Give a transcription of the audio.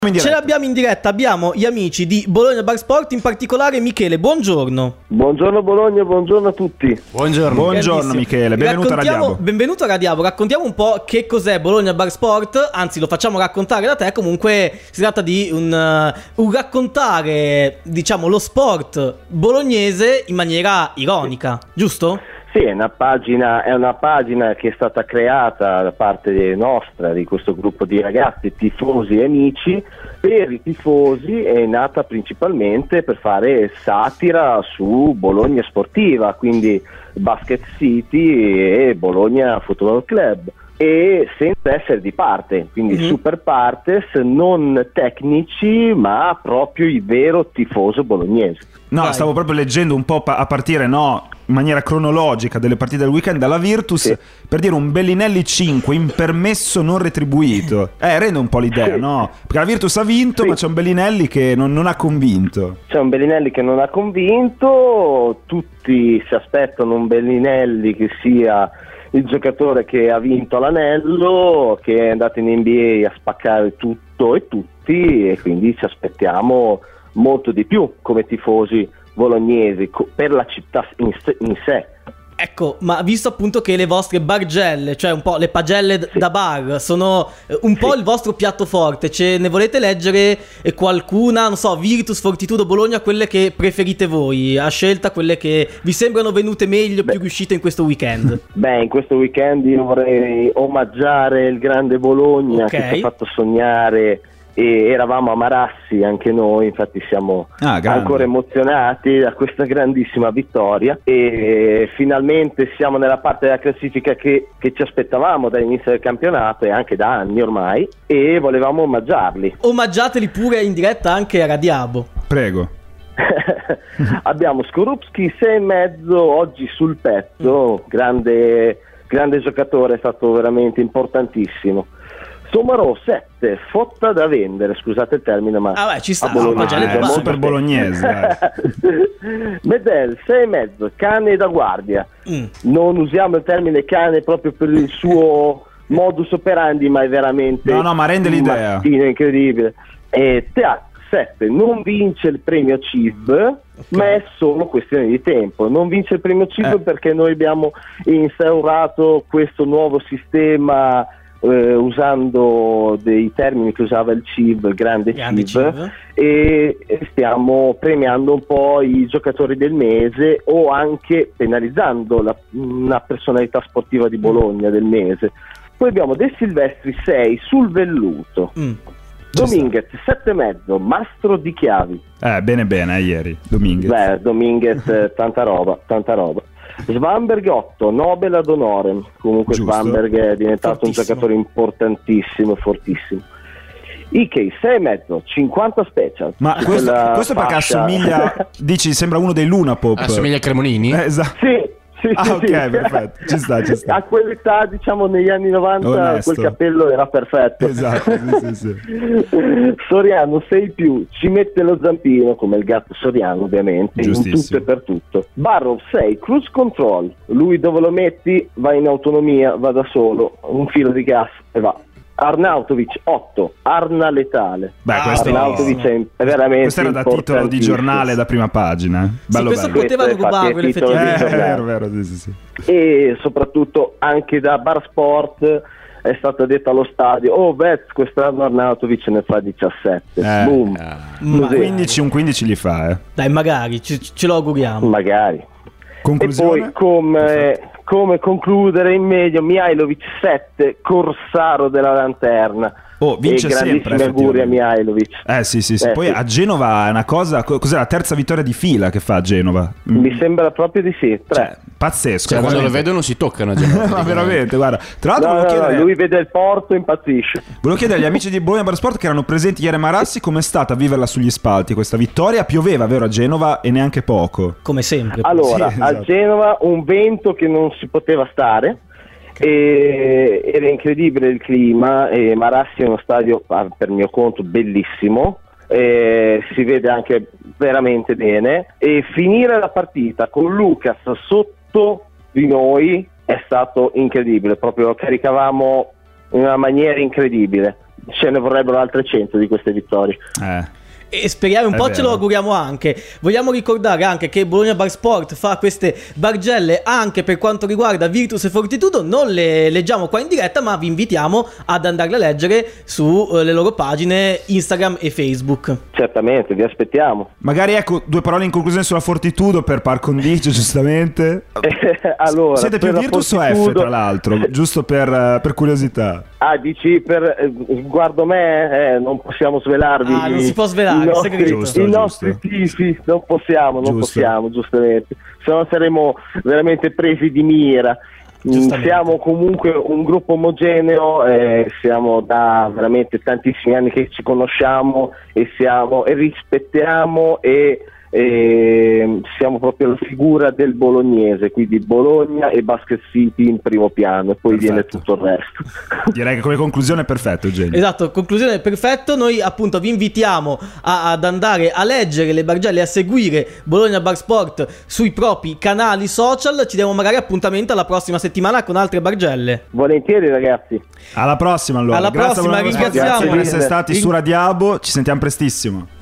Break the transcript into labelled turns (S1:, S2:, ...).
S1: Ce l'abbiamo in diretta, abbiamo gli amici di Bologna Bar Sport, in particolare Michele, buongiorno.
S2: Buongiorno Bologna, buongiorno a tutti.
S3: Buongiorno Michele, benvenuto a Radiabo.
S1: Benvenuto a Radiabo, raccontiamo un po' che cos'è Bologna Bar Sport, anzi lo facciamo raccontare da te, comunque si tratta di un raccontare, diciamo, lo sport bolognese in maniera ironica, giusto?
S2: Sì, è una pagina che è stata creata da parte nostra, di questo gruppo di ragazzi, tifosi e amici. Per i tifosi è nata principalmente per fare satira su Bologna Sportiva, quindi Basket City e Bologna Football Club, e senza essere di parte, quindi super partes, non tecnici, ma proprio il vero tifoso bolognese.
S3: No,
S1: Vai.
S3: Stavo proprio leggendo un po' a partire, in maniera cronologica delle partite del weekend dalla Virtus, sì. Per dire un Bellinelli 5, impermesso non retribuito. Rende un po' l'idea, no? Perché la Virtus ha vinto, sì, ma c'è un Bellinelli che non ha convinto.
S2: C'è un Bellinelli che non ha convinto, tutti si aspettano un Bellinelli che sia il giocatore che ha vinto l'anello, che è andato in NBA a spaccare tutto e tutti, e quindi ci aspettiamo molto di più come tifosi bolognesi per la città in sé.
S1: Ecco, ma visto appunto che le vostre bargelle, cioè un po' le pagelle da bar, sono un po' il vostro piatto forte, ce ne volete leggere qualcuna, non so, Virtus, Fortitudo, Bologna, quelle che preferite voi, a scelta, quelle che vi sembrano venute meglio, più riuscite in questo weekend?
S2: In questo weekend io vorrei omaggiare il grande Bologna, che ci ha fatto sognare, e eravamo a Marassi anche noi, infatti siamo ancora emozionati da questa grandissima vittoria, e finalmente siamo nella parte della classifica che ci aspettavamo dall'inizio del campionato e anche da anni ormai, e volevamo omaggiarli.
S1: Omaggiateli pure in diretta anche a Radiabo.
S3: Prego.
S2: Abbiamo Skorupski 6,5 oggi sul pezzo, grande giocatore, è stato veramente importantissimo. Somaro 7, fotta da vendere, scusate il termine, ma
S1: ci sta,
S3: è super bolognese.
S2: Medel 6,5, cane da guardia. Non usiamo il termine cane proprio per il suo modus operandi, ma è veramente
S3: ma rende l'idea,
S2: incredibile. E Teat 7, non vince il premio CIV, ma è solo questione di tempo. Non vince il premio CIV perché noi abbiamo instaurato questo nuovo sistema usando dei termini che usava il CIV, il grande CIV, e stiamo premiando un po' i giocatori del mese, o anche penalizzando una personalità sportiva di Bologna del mese. Poi abbiamo De Silvestri 6 sul velluto. Dominguez 7,5, mastro di chiavi.
S3: Bene ieri Dominguez.
S2: Dominguez tanta roba. Svanberg 8, Nobel ad honorem. Comunque giusto. Svanberg è diventato un giocatore importantissimo, fortissimo. Ikei 6,5, 50 special.
S3: Ma questo perché assomiglia, dici, sembra uno dei Luna Pop.
S4: Assomiglia a Cremonini?
S2: Esatto. Sì.
S3: Ok, perfetto, ci sta.
S2: A quell'età, diciamo negli anni 90, onesto. Quel capello era perfetto.
S3: Esatto, sì.
S2: Soriano 6+, ci mette lo zampino, come il gatto Soriano ovviamente, in tutto e per tutto. Barrow 6, cruise control, lui dove lo metti va in autonomia, va da solo, un filo di gas e va. Arnautovic 8, Arna letale. Arnautovic è veramente
S3: questo era da titolo di giornale da prima pagina.
S1: Questo potevano rubarlo effettivamente.
S3: Vero, sì.
S2: E soprattutto anche da Bar Sport è stato detto allo stadio: quest'anno Arnautovic ne fa 17. Boom.
S3: Un 15 li fa.
S1: Dai, magari ce lo auguriamo.
S2: Magari.
S3: Conclusione?
S2: E poi come concludere in medio, Mihailovic 7, corsaro della lanterna.
S3: Vince sempre.
S2: Auguri a Mihailovic.
S3: Sì. Poi a Genova è una cosa. Cos'è la terza vittoria di fila che fa a Genova?
S2: Mi sembra proprio di sì. 3.
S3: Pazzesco.
S4: Quando lo vedo non si toccano a Genova.
S3: Ma veramente, guarda. Tra l'altro
S2: lui vede il porto e impazzisce.
S3: Volevo chiedere agli amici di Bologna Bar Sport che erano presenti ieri a Marassi com'è stata a viverla sugli spalti questa vittoria. Pioveva, vero, a Genova, e neanche poco.
S1: Come sempre.
S2: Allora, esatto. A Genova un vento che non si poteva stare. Era incredibile il clima, e Marassi è uno stadio per mio conto bellissimo, si vede anche veramente bene, e finire la partita con Lucas sotto di noi è stato incredibile, proprio lo caricavamo in una maniera incredibile. ce ne vorrebbero altre 100 di queste vittorie.
S1: E speriamo un
S3: È
S1: po',
S3: vero.
S1: ce lo auguriamo anche. Vogliamo ricordare anche che Bologna Bar Sport fa queste bargelle anche per quanto riguarda Virtus e Fortitudo. Non le leggiamo qua in diretta, ma vi invitiamo ad andarle a leggere sulle loro pagine Instagram e Facebook.
S2: Certamente, vi aspettiamo.
S3: Magari ecco 2 parole in conclusione sulla Fortitudo per par condicio, giustamente.
S2: Allora,
S3: Siete più
S2: per la
S3: Virtus o F,
S2: Fortitudo-
S3: tra l'altro? Giusto per curiosità.
S2: Dici guardo me, non possiamo svelarvi.
S1: Non si può svelare,
S2: i nostri,
S1: segreto.
S3: Giusto,
S2: i nostri
S3: giusto.
S2: tifi, non possiamo,
S3: Giusto.
S2: giustamente. Se no saremo veramente presi di mira.
S1: Giustamente.
S2: Siamo comunque un gruppo omogeneo, siamo da veramente tantissimi anni che ci conosciamo e rispettiamo e siamo proprio la figura del bolognese, quindi Bologna e Basket City in primo piano e poi viene
S3: Perfetto.
S2: tutto il resto.
S3: Direi che come conclusione è perfetto, Eugenio.
S1: Esatto, conclusione perfetto. Noi appunto vi invitiamo ad andare a leggere le bargelle e a seguire Bologna Bar Sport sui propri canali social. Ci diamo magari appuntamento alla prossima settimana con altre bargelle.
S2: Volentieri ragazzi.
S3: Alla prossima allora.
S1: Alla
S3: Grazie a
S1: prossima,
S3: voi,
S1: ringraziamo.
S3: grazie per essere
S2: Mille.
S3: stati su Radiabo. Ci sentiamo prestissimo.